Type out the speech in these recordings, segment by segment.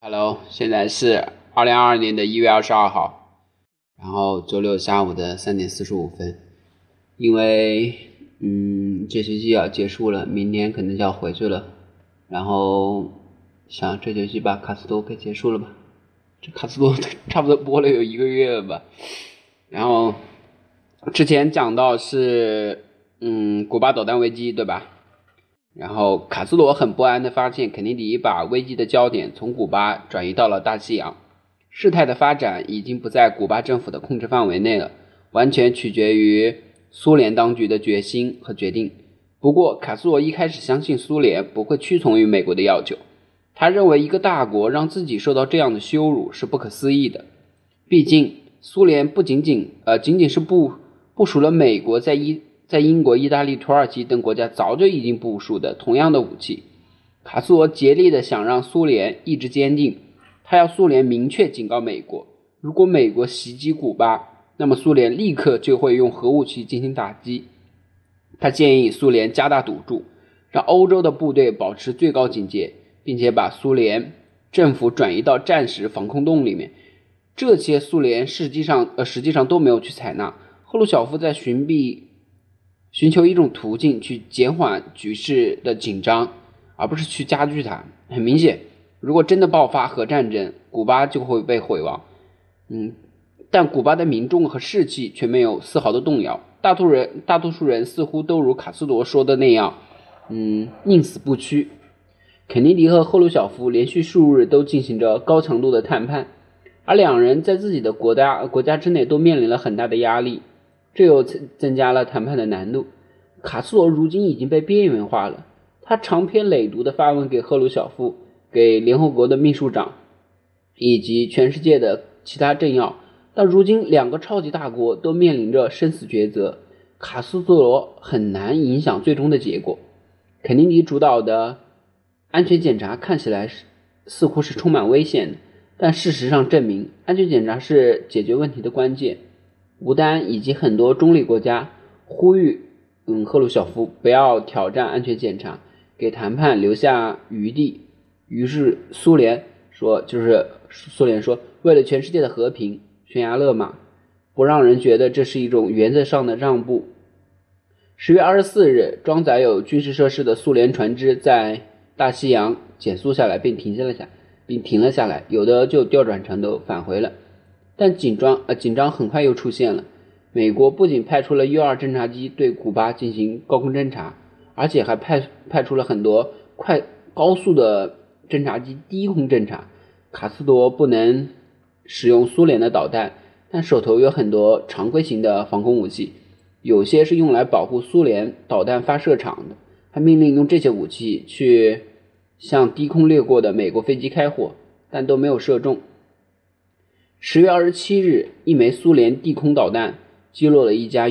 Hello，现在是2022年的1月22号，然后周六下午的3点45分。因为这学期要结束了，明年可能就要回去了，然后想这学期把卡斯多给结束了吧。这卡斯多差不多播了有1个月了吧。然后之前讲到是古巴导弹危机，对吧？然后卡斯罗很不安地发现，肯尼迪把危机的焦点从古巴转移到了大西洋，事态的发展已经不在古巴政府的控制范围内了，完全取决于苏联当局的决心和决定。不过卡斯罗一开始相信苏联不会屈从于美国的要求，他认为一个大国让自己受到这样的羞辱是不可思议的。毕竟苏联不仅仅是部署了美国在英国、意大利、土耳其等国家早就已经部署的同样的武器。卡斯罗竭力的想让苏联意志坚定，他要苏联明确警告美国，如果美国袭击古巴，那么苏联立刻就会用核武器进行打击。他建议苏联加大赌注，让欧洲的部队保持最高警戒，并且把苏联政府转移到战时防空洞里面。这些苏联实际上都没有去采纳。赫鲁晓夫在寻求一种途径去减缓局势的紧张，而不是去加剧它。很明显，如果真的爆发核战争，古巴就会被毁亡。但古巴的民众和士气却没有丝毫的动摇，大多数人似乎都如卡斯罗说的那样，宁死不屈。肯尼迪和赫鲁晓夫连续数日都进行着高强度的谈判，而两人在自己的国家之内都面临了很大的压力，这又增加了谈判的难度。卡斯罗如今已经被边缘化了，他长篇累牍地发文给赫鲁晓夫、给联合国的秘书长以及全世界的其他政要，但如今两个超级大国都面临着生死抉择，卡斯罗很难影响最终的结果。肯尼迪主导的安全检查看起来似乎是充满危险的，但事实上证明安全检查是解决问题的关键。吴丹以及很多中立国家呼吁赫鲁晓夫不要挑战安全检查，给谈判留下余地。于是苏联说，为了全世界的和平悬崖勒马，不让人觉得这是一种原则上的让步。10月24日，装载有军事设施的苏联船只在大西洋减速下来并停了下来，有的就调转船头返回了。但紧张很快又出现了。美国不仅派出了U-2侦察机对古巴进行高空侦察，而且还派出了很多高速的侦察机低空侦察。卡斯罗不能使用苏联的导弹，但手头有很多常规型的防空武器，有些是用来保护苏联导弹发射场的。他命令用这些武器去向低空掠过的美国飞机开火，但都没有射中。10月27日，一枚苏联地空导弹击落了一架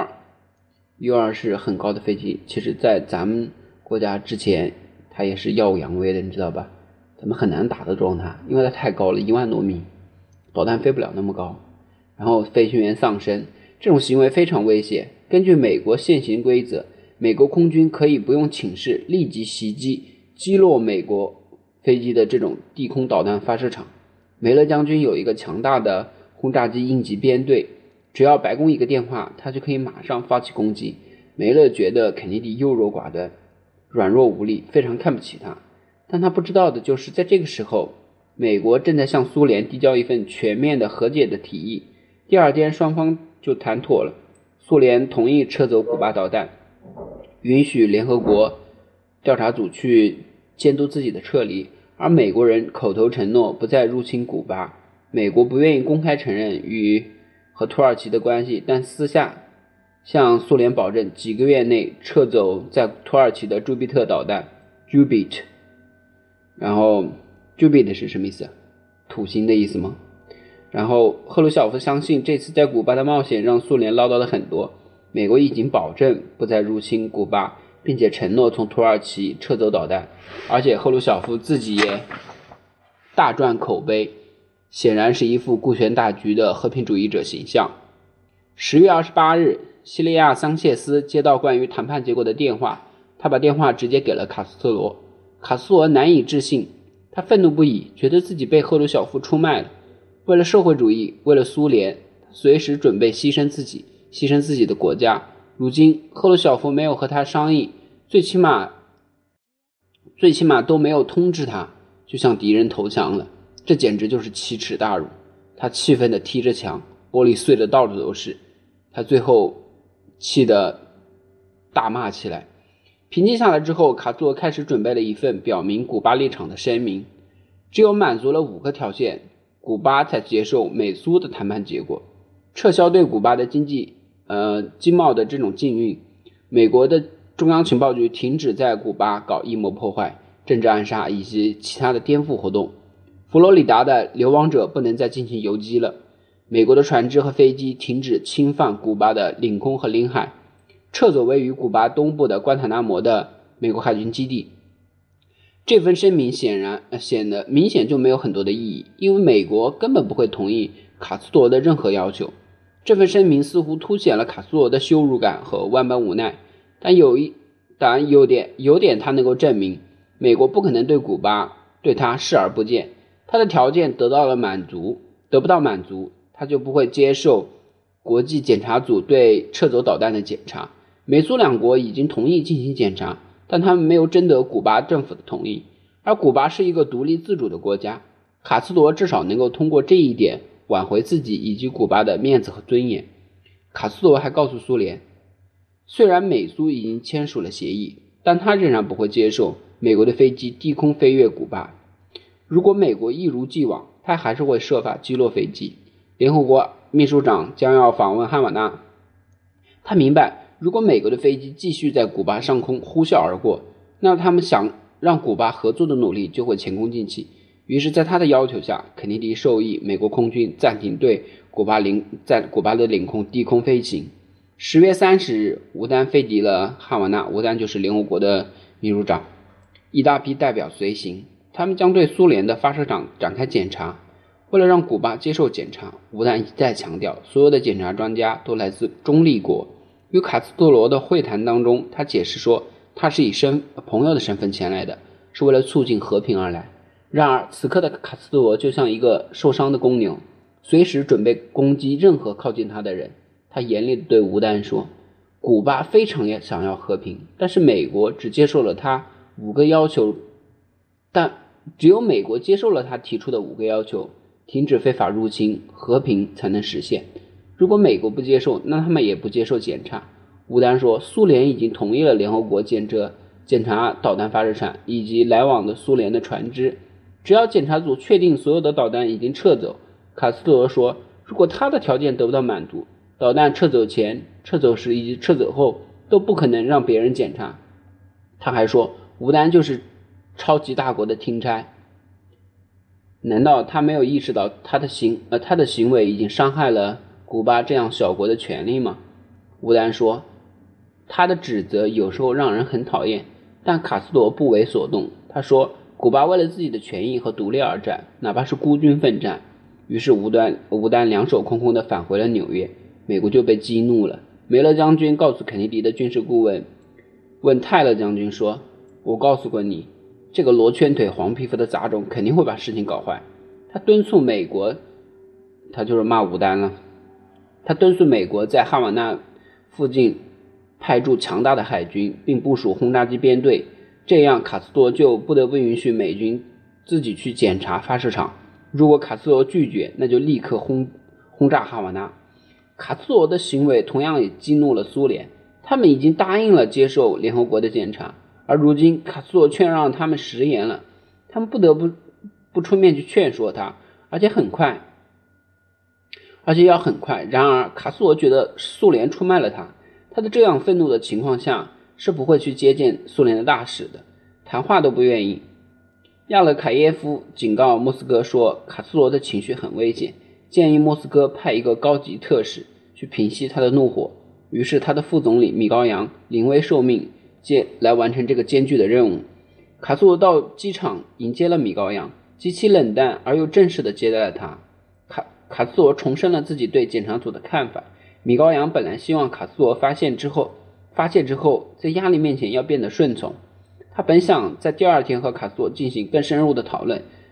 U-2 是很高的飞机，其实在咱们国家之前它也是耀武扬威的，你知道吧？咱们很难打得中它，因为它太高了，1万多米，导弹飞不了那么高。然后飞行员丧生，这种行为非常危险。根据美国现行规则，美国空军可以不用请示立即袭击击落美国飞机的这种地空导弹发射场。梅勒将军有一个强大的轰炸机应急编队，只要白宫一个电话，他就可以马上发起攻击。梅勒觉得肯尼迪优柔寡断，软弱无力，非常看不起他。但他不知道的就是，在这个时候，美国正在向苏联递交一份全面的和解的提议。第二天双方就谈妥了，苏联同意撤走古巴导弹，允许联合国调查组去监督自己的撤离，而美国人口头承诺不再入侵古巴。美国不愿意公开承认和土耳其的关系，但私下向苏联保证几个月内撤走在土耳其的朱比特导弹 Jubit。 然后 Jubit 是什么意思？土星的意思吗？然后赫鲁晓夫相信这次在古巴的冒险让苏联捞到了很多，美国已经保证不再入侵古巴，并且承诺从土耳其撤走导弹，而且赫鲁晓夫自己也大赚口碑，显然是一副顾全大局的和平主义者形象。10月28日，西利亚·桑切斯接到关于谈判结果的电话，他把电话直接给了卡斯特罗。卡斯特罗难以置信， 他愤怒不已，觉得自己被赫鲁晓夫出卖了。为了社会主义，为了苏联，随时准备牺牲自己，牺牲自己的国家。如今赫鲁晓夫没有和他商议，最起码都没有通知他，就向敌人投降了。这简直就是奇耻大辱。他气愤地踢着墙，玻璃碎得到处都是。他最后气得大骂起来。平静下来之后，卡斯特罗开始准备了一份表明古巴立场的声明。只有满足了5个条件，古巴才接受美苏的谈判结果：撤销对古巴的经贸的这种禁运，美国的中央情报局停止在古巴搞阴谋破坏、政治暗杀以及其他的颠覆活动，佛罗里达的流亡者不能再进行游击了，美国的船只和飞机停止侵犯古巴的领空和领海，撤走位于古巴东部的关塔那摩的美国海军基地。这份声明显得明显就没有很多的意义，因为美国根本不会同意卡斯特罗的任何要求。这份声明似乎凸显了卡斯特罗的羞辱感和万般无奈，但有点他能够证明美国不可能对古巴对他视而不见。他的条件得不到满足，他就不会接受国际检查组对撤走导弹的检查。美苏两国已经同意进行检查，但他们没有征得古巴政府的同意，而古巴是一个独立自主的国家。卡斯特罗至少能够通过这一点挽回自己以及古巴的面子和尊严。卡斯特罗还告诉苏联，虽然美苏已经签署了协议，但他仍然不会接受美国的飞机低空飞越古巴。如果美国一如既往，他还是会设法击落飞机。联合国秘书长将要访问哈瓦那，他明白如果美国的飞机继续在古巴上空呼啸而过，那他们想让古巴合作的努力就会前功尽弃。于是在他的要求下，肯尼迪授意美国空军暂停对在古巴的领空低空飞行。10月30日，吴丹飞抵了哈瓦那，吴丹就是联合国的秘书长，一大批代表随行，他们将对苏联的发射场展开检查。为了让古巴接受检查，吴丹一再强调，所有的检查专家都来自中立国。与卡斯特罗的会谈当中，他解释说，他是以朋友的身份前来的，是为了促进和平而来。然而此刻的卡斯特罗就像一个受伤的公牛，随时准备攻击任何靠近他的人。他严厉地对吴丹说，古巴非常想要和平，但是美国只接受了他5个要求，但只有美国接受了他提出的5个要求，停止非法入侵，和平才能实现。如果美国不接受，那他们也不接受检查。吴丹说，苏联已经同意了联合国检查导弹发射场以及来往的苏联的船只，只要检查组确定所有的导弹已经撤走。卡斯特罗说，如果他的条件得不到满足，导弹撤走前、撤走时以及撤走后都不可能让别人检查。他还说，吴丹就是超级大国的听差，难道他没有意识到他的行为已经伤害了古巴这样小国的权利吗？吴丹说，他的指责有时候让人很讨厌，但卡斯特罗不为所动。他说，古巴为了自己的权益和独立而战，哪怕是孤军奋战。于是吴丹两手空空地返回了纽约，美国就被激怒了。梅勒将军告诉肯尼迪的军事顾问，问泰勒将军说，我告诉过你，这个罗圈腿黄皮肤的杂种肯定会把事情搞坏。他敦促美国，他就是骂吴丹了，他敦促美国在哈瓦那附近派驻强大的海军，并部署轰炸机编队，这样卡斯特罗就不得不允许美军自己去检查发射场。如果卡斯特罗拒绝，那就立刻轰炸哈瓦那。卡斯特罗的行为同样也激怒了苏联，他们已经答应了接受联合国的检查，而如今卡斯特罗却让他们食言了，他们不得不出面去劝说他，而且要很快。然而卡斯特罗觉得苏联出卖了他，他在这样愤怒的情况下是不会去接见苏联的大使的，谈话都不愿意。亚勒凯耶夫警告莫斯科说，卡斯特罗的情绪很危险，建议莫斯科派一个高级特使去平息他的怒火。于是他的副总理米高扬临危受命，来完成这个艰巨的任务。卡斯特罗到机场迎接了米高扬，极其冷淡而又正式地接待了他。卡斯特罗重申了自己对检查组的看法。米高扬本来希望卡斯特罗发现之后，在压力面前要变得顺从。他本想在第2天和卡斯特罗进行更深入的讨论，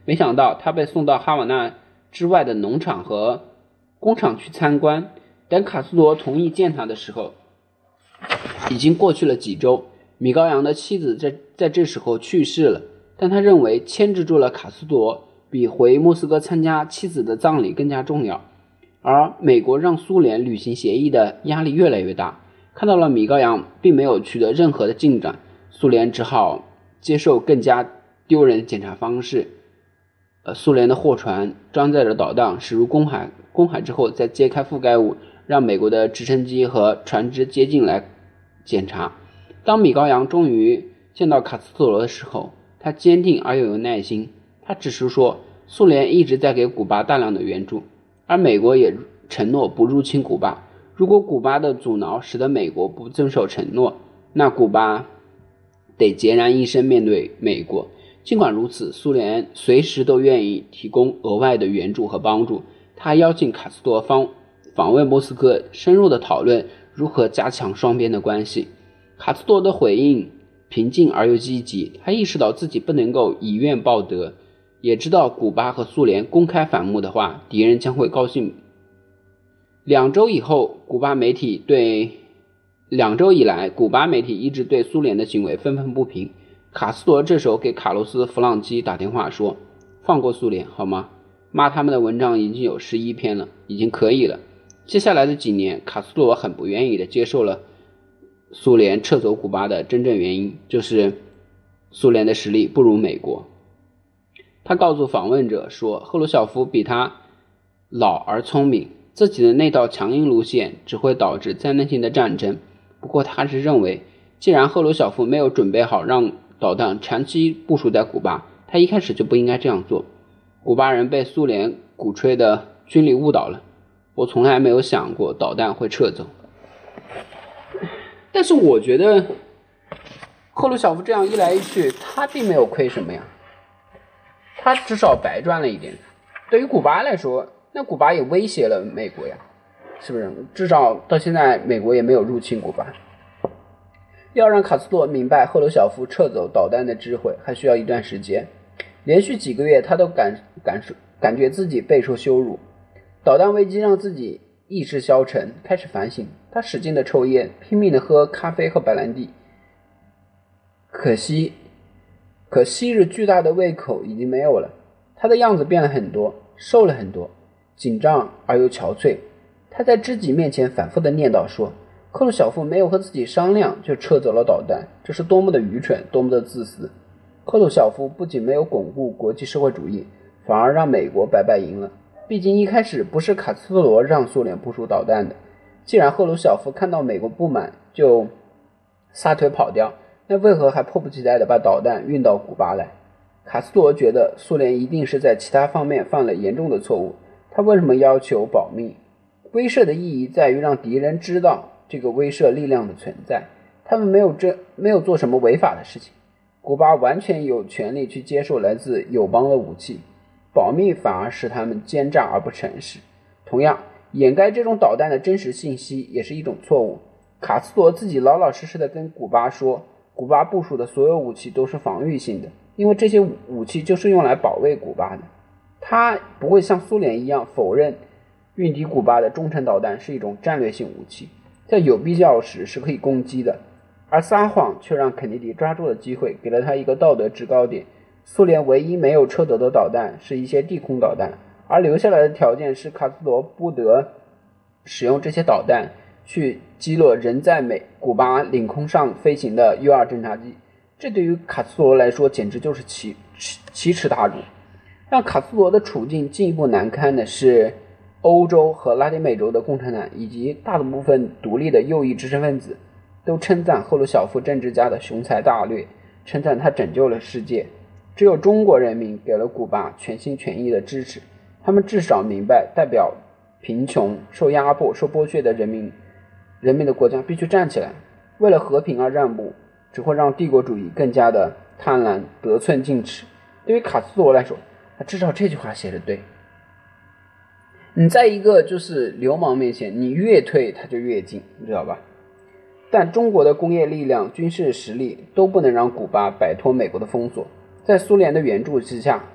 没想到他被送到哈瓦那之外的农场和工厂去参观。等卡斯多同意见他的时候，已经过去了几周。米高扬的妻子在这时候去世了，但他认为牵制住了卡斯多比回莫斯科参加妻子的葬礼更加重要。而美国让苏联履行协议的压力越来越大，看到了米高扬并没有取得任何的进展，苏联只好接受更加丢人的检查方式。苏联的货船装载着导弹驶入公海之后，再揭开覆盖物，让美国的直升机和船只接近来检查。当米高扬终于见到卡斯特罗的时候，他坚定而又有耐心。他只是说，苏联一直在给古巴大量的援助，而美国也承诺不入侵古巴。如果古巴的阻挠使得美国不遵守承诺，那古巴得孑然一身面对美国。尽管如此，苏联随时都愿意提供额外的援助和帮助。他邀请卡斯多访问莫斯科，深入的讨论如何加强双边的关系。卡斯多的回应平静而又积极，他意识到自己不能够以怨报德，也知道古巴和苏联公开反目的话，敌人将会高兴。2周以来，古巴媒体一直对苏联的行为愤愤不平。卡斯多这时候给卡洛斯·弗朗基打电话说，放过苏联好吗？骂他们的文章已经有11篇了，已经可以了。接下来的几年，卡斯多很不愿意的接受了苏联撤走古巴的真正原因，就是苏联的实力不如美国。他告诉访问者说，赫鲁晓夫比他老而聪明，自己的那道强硬路线只会导致灾难性的战争。不过他是认为，既然赫鲁晓夫没有准备好让导弹长期部署在古巴，他一开始就不应该这样做。古巴人被苏联鼓吹的军力误导了，我从来没有想过导弹会撤走。但是我觉得赫鲁晓夫这样一来一去，他并没有亏什么呀，他至少白赚了一点。对于古巴来说，那古巴也威胁了美国呀，是不是？至少到现在美国也没有入侵古巴。要让卡斯多明白赫鲁晓夫撤走导弹的智慧还需要一段时间。连续几个月他都感觉自己备受羞辱。导弹危机让自己意识消沉，开始反省。他使劲的抽烟，拼命的喝咖啡和白兰地。可惜日巨大的胃口已经没有了。他的样子变了很多，瘦了很多，紧张而又憔悴。他在知己面前反复的念叨说，赫鲁晓夫没有和自己商量就撤走了导弹，这是多么的愚蠢，多么的自私。赫鲁晓夫不仅没有巩固国际社会主义，反而让美国白白赢了。毕竟一开始不是卡斯特罗让苏联部署导弹的，既然赫鲁晓夫看到美国不满就撒腿跑掉，那为何还迫不及待地把导弹运到古巴来？卡斯特罗觉得苏联一定是在其他方面犯了严重的错误，他为什么要求保密？威慑的意义在于让敌人知道这个威慑力量的存在，他们没有做什么违法的事情。古巴完全有权利去接受来自友邦的武器，保密反而使他们奸诈而不诚实。同样，掩盖这种导弹的真实信息也是一种错误。卡斯特罗自己老老实实的跟古巴说，古巴部署的所有武器都是防御性的，因为这些武器就是用来保卫古巴的。他不会像苏联一样否认运抵古巴的中程导弹是一种战略性武器，在有必要时是可以攻击的。而撒谎却让肯尼迪抓住了机会，给了他一个道德制高点。苏联唯一没有撤走的导弹是一些地空导弹，而留下来的条件是卡斯特罗不得使用这些导弹去击落人在古巴领空上飞行的 U-2 侦察机。这对于卡斯特罗来说简直就是奇耻大辱。让卡斯特罗的处境进一步难堪的是，欧洲和拉丁美洲的共产党以及大部分独立的右翼知识分子都称赞赫鲁晓夫政治家的雄才大略，称赞他拯救了世界。只有中国人民给了古巴全心全意的支持，他们至少明白代表贫穷、受压迫、受剥削的人民的国家必须站起来，为了和平而让步，只会让帝国主义更加的贪婪，得寸进尺。对于卡斯特罗来说，他至少这句话写得对。你在一个就是流氓面前，你越退他就越进，你知道吧？但中国的工业力量、军事实力都不能让古巴摆脱美国的封锁。在苏联的援助之下，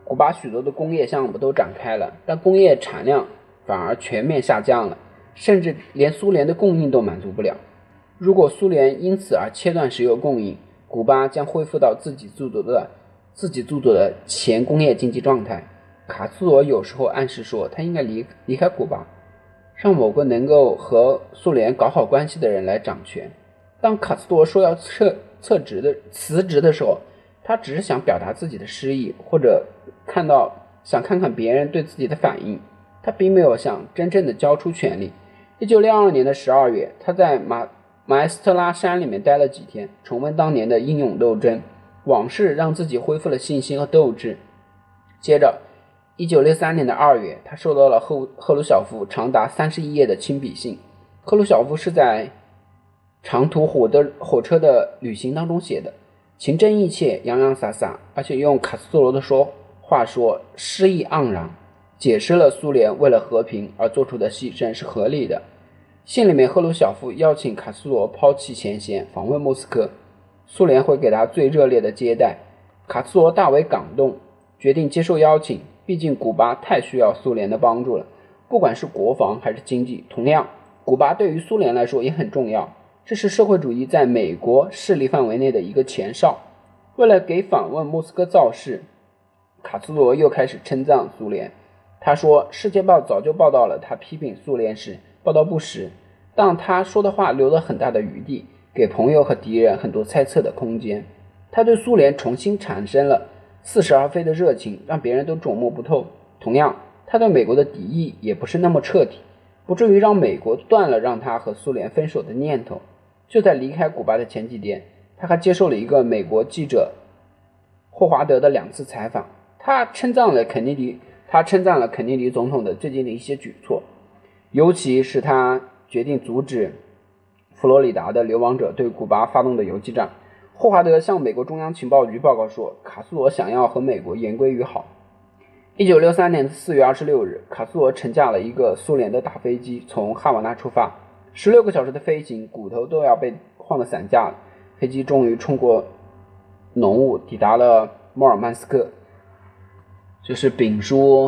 古巴许多的工业项目都展开了，但工业产量反而全面下降了，甚至连苏联的供应都满足不了。如果苏联因此而切断石油供应，古巴将恢复到自己主导的前工业经济状态。卡斯特罗有时候暗示说，他应该离开古巴，让某个能够和苏联搞好关系的人来掌权。当卡斯特罗说要辞职的时候，他只是想表达自己的失意，或者想看看别人对自己的反应，他并没有想真正的交出权力。1962年的12月，他在马埃斯特拉山里面待了几天，重温当年的英勇斗争，往事让自己恢复了信心和斗志。接着1963年的2月，他收到了赫鲁晓夫长达31页的亲笔信。赫鲁晓夫是在长途火车的旅行当中写的，情真意切，洋洋洒洒，而且用卡斯特罗的话说诗意盎然，解释了苏联为了和平而做出的牺牲是合理的。信里面，赫鲁晓夫邀请卡斯特罗抛弃前线，访问莫斯科，苏联会给他最热烈的接待。卡斯特罗大为感动，决定接受邀请，毕竟古巴太需要苏联的帮助了，不管是国防还是经济。同样，古巴对于苏联来说也很重要，这是社会主义在美国势力范围内的一个前哨。为了给访问莫斯科造势，卡斯特罗又开始称赞苏联。他说，《世界报》早就报道了他批评苏联时报道不实，但他说的话留了很大的余地，给朋友和敌人很多猜测的空间。他对苏联重新产生了似是而非的热情，让别人都琢磨不透。同样，他对美国的敌意也不是那么彻底，不至于让美国断了让他和苏联分手的念头。就在离开古巴的前几天，他还接受了一个美国记者霍华德的2次采访，他称赞了肯尼迪总统的最近的一些举措，尤其是他决定阻止佛罗里达的流亡者对古巴发动的游击战。霍华德向美国中央情报局报告说，卡斯特罗想要和美国言归于好。1963年4月26日，卡斯特罗乘驾了一个苏联的大飞机从哈瓦那出发，16个小时的飞行，骨头都要被晃得散架了。飞机终于冲过浓雾，抵达了摩尔曼斯克。就是丙叔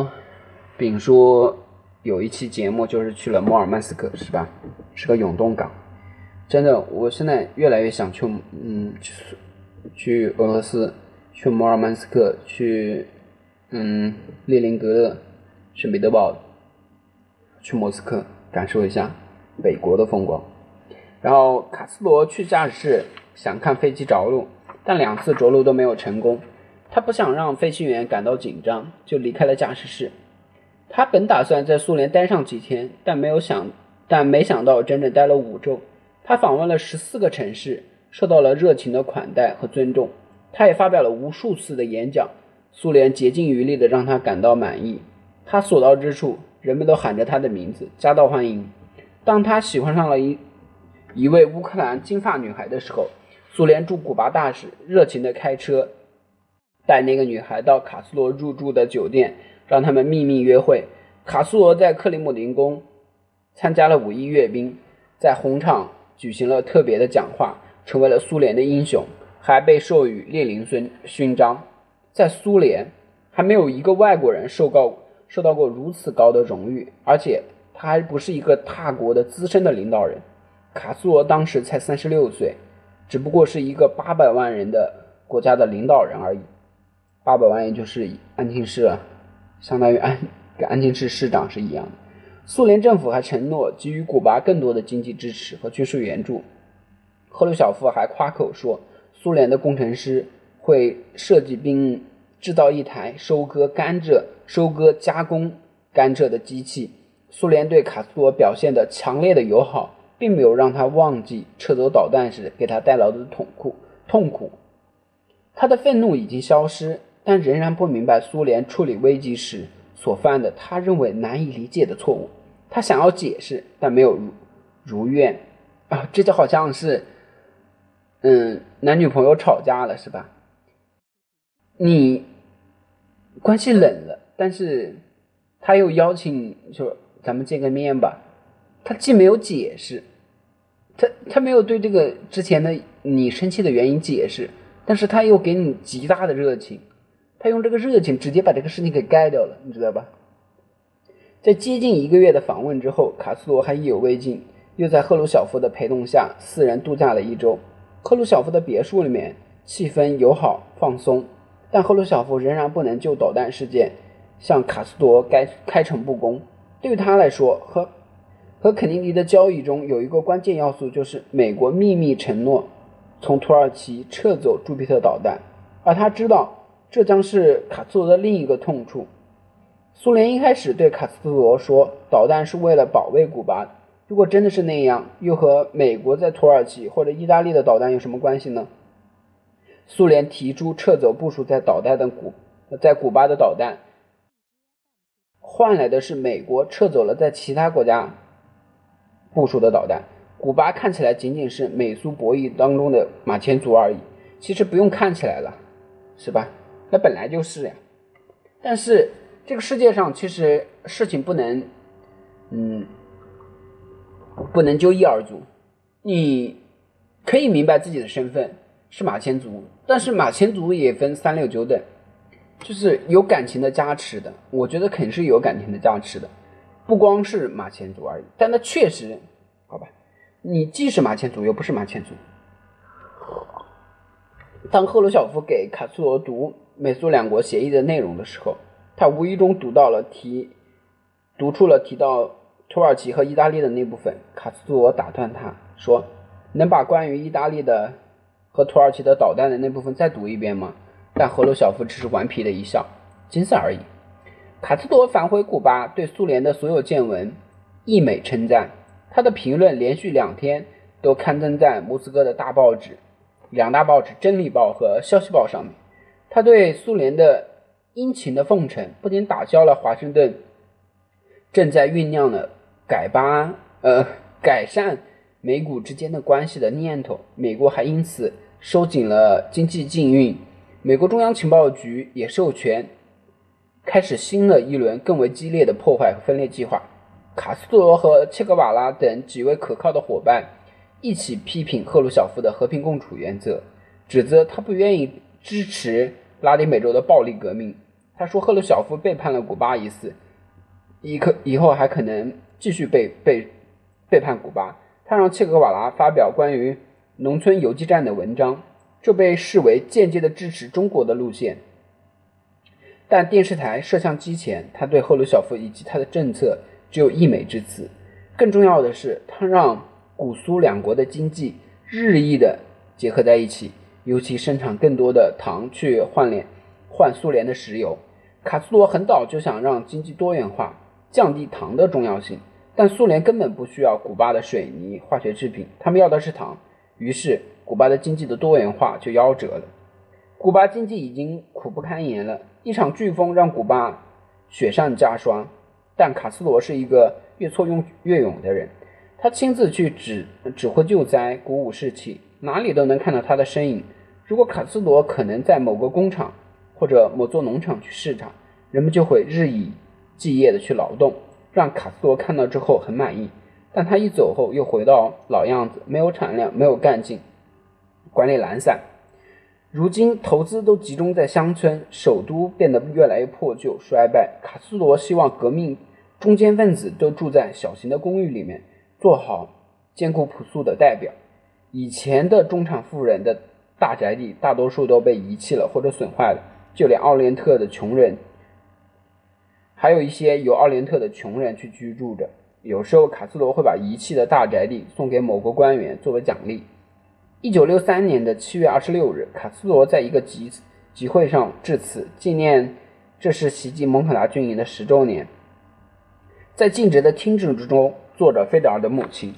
有一期节目就是去了摩尔曼斯克，是吧？是个永动港。真的，我现在越来越想去俄罗斯，去摩尔曼斯克，去列宁格勒，去彼得堡，去莫斯科，感受一下北国的风光。然后卡斯特罗去驾驶室想看飞机着陆，但2次着陆都没有成功。他不想让飞行员感到紧张，就离开了驾驶室。他本打算在苏联待上几天，但没想到整整待了5周。他访问了14个城市，受到了热情的款待和尊重。他也发表了无数次的演讲，苏联竭尽余力地让他感到满意。他所到之处，人们都喊着他的名字，夹道欢迎。当他喜欢上了一位乌克兰金发女孩的时候，苏联驻古巴大使热情地开车带那个女孩到卡斯特罗入住的酒店，让他们秘密约会。卡斯特罗在克里姆林宫参加了5一阅兵，在红场举行了特别的讲话，成为了苏联的英雄，还被授予列宁勋章。在苏联，还没有一个外国人受到过如此高的荣誉，而且他还不是一个大国的资深的领导人。卡斯特罗当时才36岁，只不过是一个800万人的国家的领导人而已。800万也就是安庆市了，相当于跟安庆市市长是一样的。苏联政府还承诺给予古巴更多的经济支持和军事援助。赫鲁晓夫还夸口说，苏联的工程师会设计并制造一台收割加工甘蔗的机器。苏联对卡斯特罗表现的强烈的友好，并没有让他忘记撤走导弹时给他带来的痛苦。他的愤怒已经消失，但仍然不明白苏联处理危机时所犯的他认为难以理解的错误。他想要解释，但没有如愿啊，这就好像是男女朋友吵架了，是吧？你关系冷了，但是他又邀请说咱们见个面吧，他既没有解释，他没有对这个之前的你生气的原因解释，但是他又给你极大的热情， 他用这个热情直接把这个事情给盖掉了，你知道吧？在接近1个月的访问之后，卡斯罗还意犹未尽，又在赫鲁晓夫的陪同下4人度假了1周。赫鲁晓夫的别墅里面气氛友好放松，但赫鲁晓夫仍然不能就导弹事件向卡斯罗开诚布公。对于他来说，和肯尼迪的交易中有一个关键要素，就是美国秘密承诺从土耳其撤走朱庇特导弹，而他知道这将是卡斯罗的另一个痛处。苏联一开始对卡斯罗说，导弹是为了保卫古巴，如果真的是那样，又和美国在土耳其或者意大利的导弹有什么关系呢？苏联提出撤走部署在古巴的导弹，换来的是美国撤走了在其他国家部署的导弹。古巴看起来仅仅是美苏博弈当中的马前卒而已，其实不用看起来了，是吧？那本来就是呀。但是这个世界上其实事情不能就一而足。你可以明白自己的身份是马前卒，但是马前卒也分3、6、9等，就是有感情的加持的，我觉得肯定是有感情的加持的，不光是马前卒而已。但它确实，好吧，你既是马前卒又不是马前卒。当赫鲁晓夫给卡斯罗读美苏两国协议的内容的时候，他无意中读出了提到土耳其和意大利的那部分。卡斯罗打断他说，能把关于意大利的和土耳其的导弹的那部分再读一遍吗？但赫鲁晓夫只是顽皮的一笑，仅此而已。卡斯罗返回古巴，对苏联的所有见闻溢美称赞，他的评论连续2天都刊登在莫斯科的2大报纸真理报和消息报上面。他对苏联的殷勤的奉承不仅打消了华盛顿正在酝酿的改善美古之间的关系的念头，美国还因此收紧了经济禁运。美国中央情报局也授权开始新的一轮更为激烈的破坏和分裂计划。卡斯特罗和切格瓦拉等几位可靠的伙伴一起批评赫鲁晓夫的和平共处原则，指责他不愿意支持拉丁美洲的暴力革命。他说赫鲁晓夫背叛了古巴一事，以后还可能继续背叛古巴。他让切格瓦拉发表关于农村游击战的文章，这被视为间接的支持中国的路线。但电视台摄像机前，他对赫鲁晓夫以及他的政策只有溢美之词。更重要的是，他让古苏两国的经济日益的结合在一起，尤其生产更多的糖去换苏联的石油。卡斯罗很早就想让经济多元化，降低糖的重要性，但苏联根本不需要古巴的水泥、化学制品，他们要的是糖。于是古巴的经济的多元化就夭折了。古巴经济已经苦不堪言了，一场飓风让古巴雪上加霜。但卡斯罗是一个越挫越勇的人，他亲自去指挥救灾，鼓舞士气，哪里都能看到他的身影。如果卡斯罗可能在某个工厂或者某座农场去视察，人们就会日以继夜的去劳动，让卡斯罗看到之后很满意。但他一走后又回到老样子，没有产量，没有干劲，管理懒散。如今投资都集中在乡村，首都变得越来越破旧衰败。卡斯罗希望革命中坚分子都住在小型的公寓里面，做好艰苦朴素的代表。以前的中产富人的大宅地大多数都被遗弃了或者损坏了，就连奥连特的穷人，还有一些由奥连特的穷人去居住着。有时候卡斯罗会把遗弃的大宅地送给某个官员作为奖励。1963年的7月26日，卡斯罗在一个集会上致辞，纪念这是袭击蒙可达军营的10周年。在尽职的听证之中坐着菲德尔的母亲。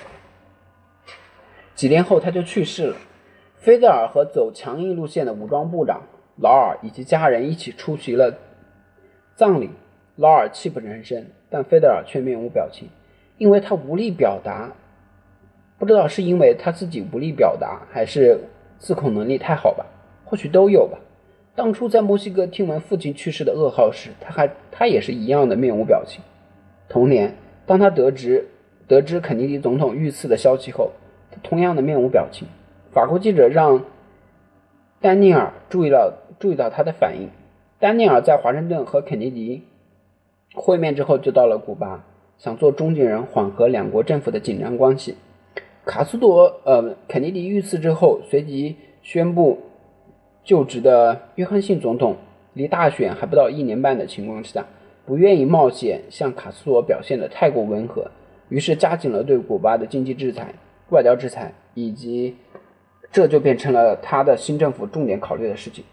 几年后他就去世了。菲德尔和走强硬路线的武装部长劳尔以及家人一起出席了葬礼。劳尔泣不成声，但菲德尔却面无表情，因为他无力表达。不知道是因为他自己无力表达，还是自控能力太好吧，或许都有吧。当初在墨西哥听闻父亲去世的噩耗时，他也是一样的面无表情。同年，当他得知肯尼迪总统遇刺的消息后，他同样的面无表情。法国记者让丹尼尔注意到他的反应， 丹尼尔在华盛顿和肯尼迪会面之后就到了古巴，想做中间人，缓和两国政府的紧张关系。肯尼迪遇刺之后，随即宣布就职的约翰逊总统离大选还不到1年半的情况之下，不愿意冒险向卡斯特罗表现得太过温和，于是加紧了对古巴的经济制裁、外交制裁，以及这就变成了他的新政府重点考虑的事情。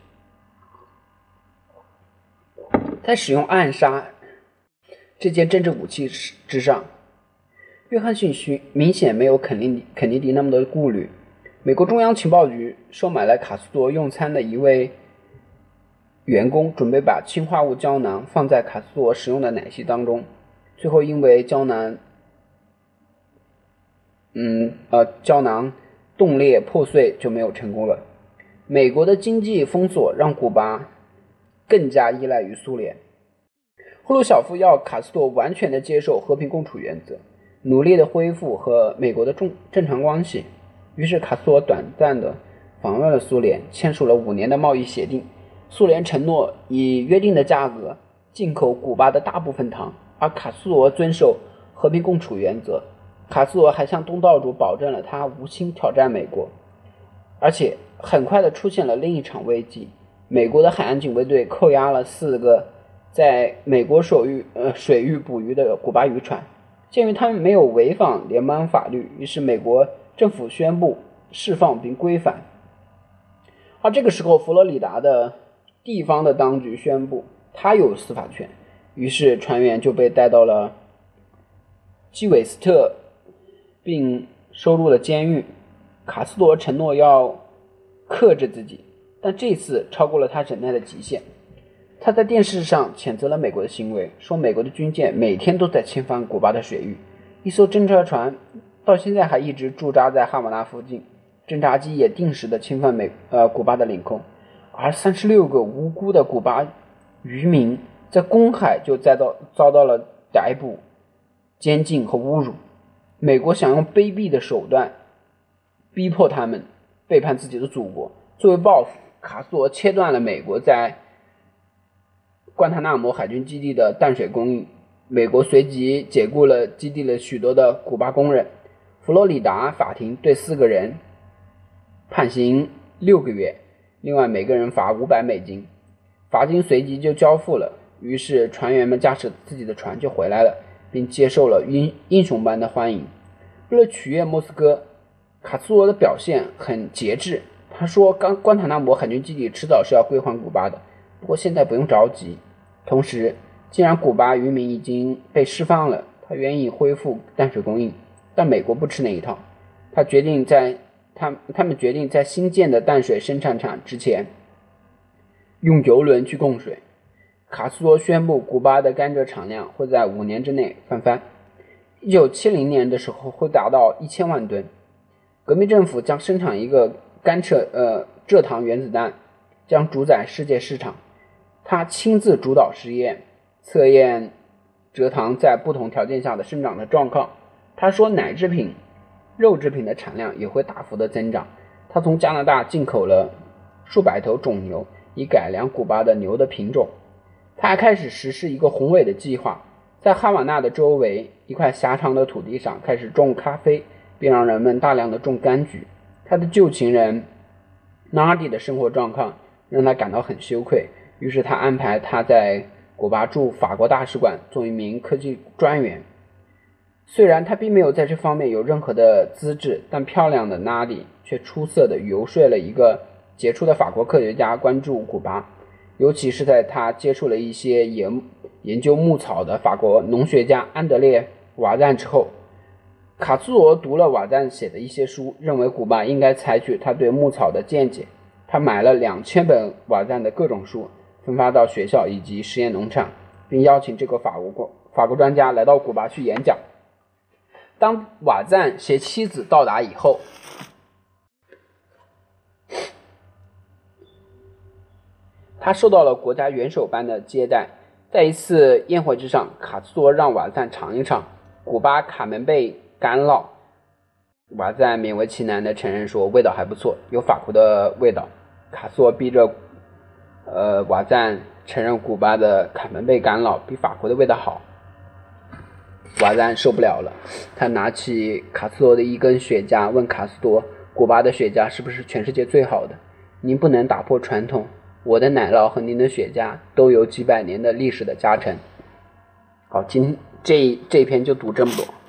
在使用暗杀这件政治武器之上，约翰逊明显没有肯尼迪那么的顾虑。美国中央情报局收买了卡斯特罗用餐的一位员工，准备把氰化物胶囊放在卡斯特罗使用的奶昔当中，最后因为胶囊冻裂破碎就没有成功了。美国的经济封锁让古巴更加依赖于苏联。赫鲁晓夫要卡斯特罗完全的接受和平共处原则，努力的恢复和美国的正常关系。于是卡斯特罗短暂的访问了苏联，签署了5年的贸易协定。苏联承诺以约定的价格进口古巴的大部分糖，而卡斯特罗遵守和平共处原则。卡斯特罗还向东道主保证了他无心挑战美国。而且很快的出现了另一场危机，美国的海岸警卫队扣押了4个在美国水域捕鱼的古巴渔船。鉴于他们没有违反联邦法律，于是美国政府宣布释放并归返。而这个时候，佛罗里达的地方的当局宣布他有司法权，于是船员就被带到了基韦斯特并收入了监狱。卡斯特罗承诺要克制自己，但这次超过了他忍耐的极限。他在电视上谴责了美国的行为，说美国的军舰每天都在侵犯古巴的水域，一艘侦察船到现在还一直驻扎在哈瓦那附近，侦察机也定时的侵犯古巴的领空，而36个无辜的古巴渔民在公海就遭到了逮捕、监禁和侮辱。美国想用卑鄙的手段逼迫他们背叛自己的祖国。作为报复，卡斯特罗切断了美国在关塔纳摩海军基地的淡水供应。美国随即解雇了基地了许多的古巴工人。佛罗里达法庭对4个人判刑6个月，另外每个人罚$500，罚金随即就交付了。于是船员们驾驶自己的船就回来了，并接受了英雄般的欢迎。为了取悦莫斯科，卡斯特罗的表现很节制。他说关塔那摩海军基地迟早是要归还古巴的，不过现在不用着急。同时，既然古巴渔民已经被释放了，他愿意恢复淡水供应，但美国不吃那一套。他们决定在新建的淡水生产厂之前用油轮去供水。卡斯特罗宣布古巴的甘蔗产量会在5年之内翻番，1970年的时候会达到1000万吨。革命政府将生产一个蔗糖原子弹，将主宰世界市场。他亲自主导实验，测验蔗糖在不同条件下的生长的状况。他说奶制品、肉制品的产量也会大幅的增长。他从加拿大进口了数百头种牛，以改良古巴的牛的品种。他还开始实施一个宏伟的计划，在哈瓦那的周围一块狭长的土地上开始种咖啡，并让人们大量的种柑橘。他的旧情人纳迪的生活状况让他感到很羞愧，于是他安排他在古巴驻法国大使馆做一名科技专员。虽然他并没有在这方面有任何的资质，但漂亮的纳迪却出色地游说了一个杰出的法国科学家关注古巴，尤其是在他接触了一些研究牧草的法国农学家安德烈·瓦赞之后。卡斯特罗读了瓦赞写的一些书，认为古巴应该采取他对牧草的见解。他买了2000本瓦赞的各种书，分发到学校以及实验农场，并邀请这个法国专家来到古巴去演讲。当瓦赞携妻子到达以后，他受到了国家元首般的接待。在一次宴会之上，卡斯特罗让瓦赞尝一尝古巴卡门贝干酪。瓦赞勉为其难地承认说味道还不错，有法国的味道。卡斯特罗逼着瓦赞承认古巴的卡门贝干酪比法国的味道好。瓦赞受不了了，他拿起卡斯多的一根雪茄，问卡斯多：“古巴的雪茄是不是全世界最好的？您不能打破传统，我的奶酪和您的雪茄都有几百年的历史的加成。”好，今天这篇就读这么多。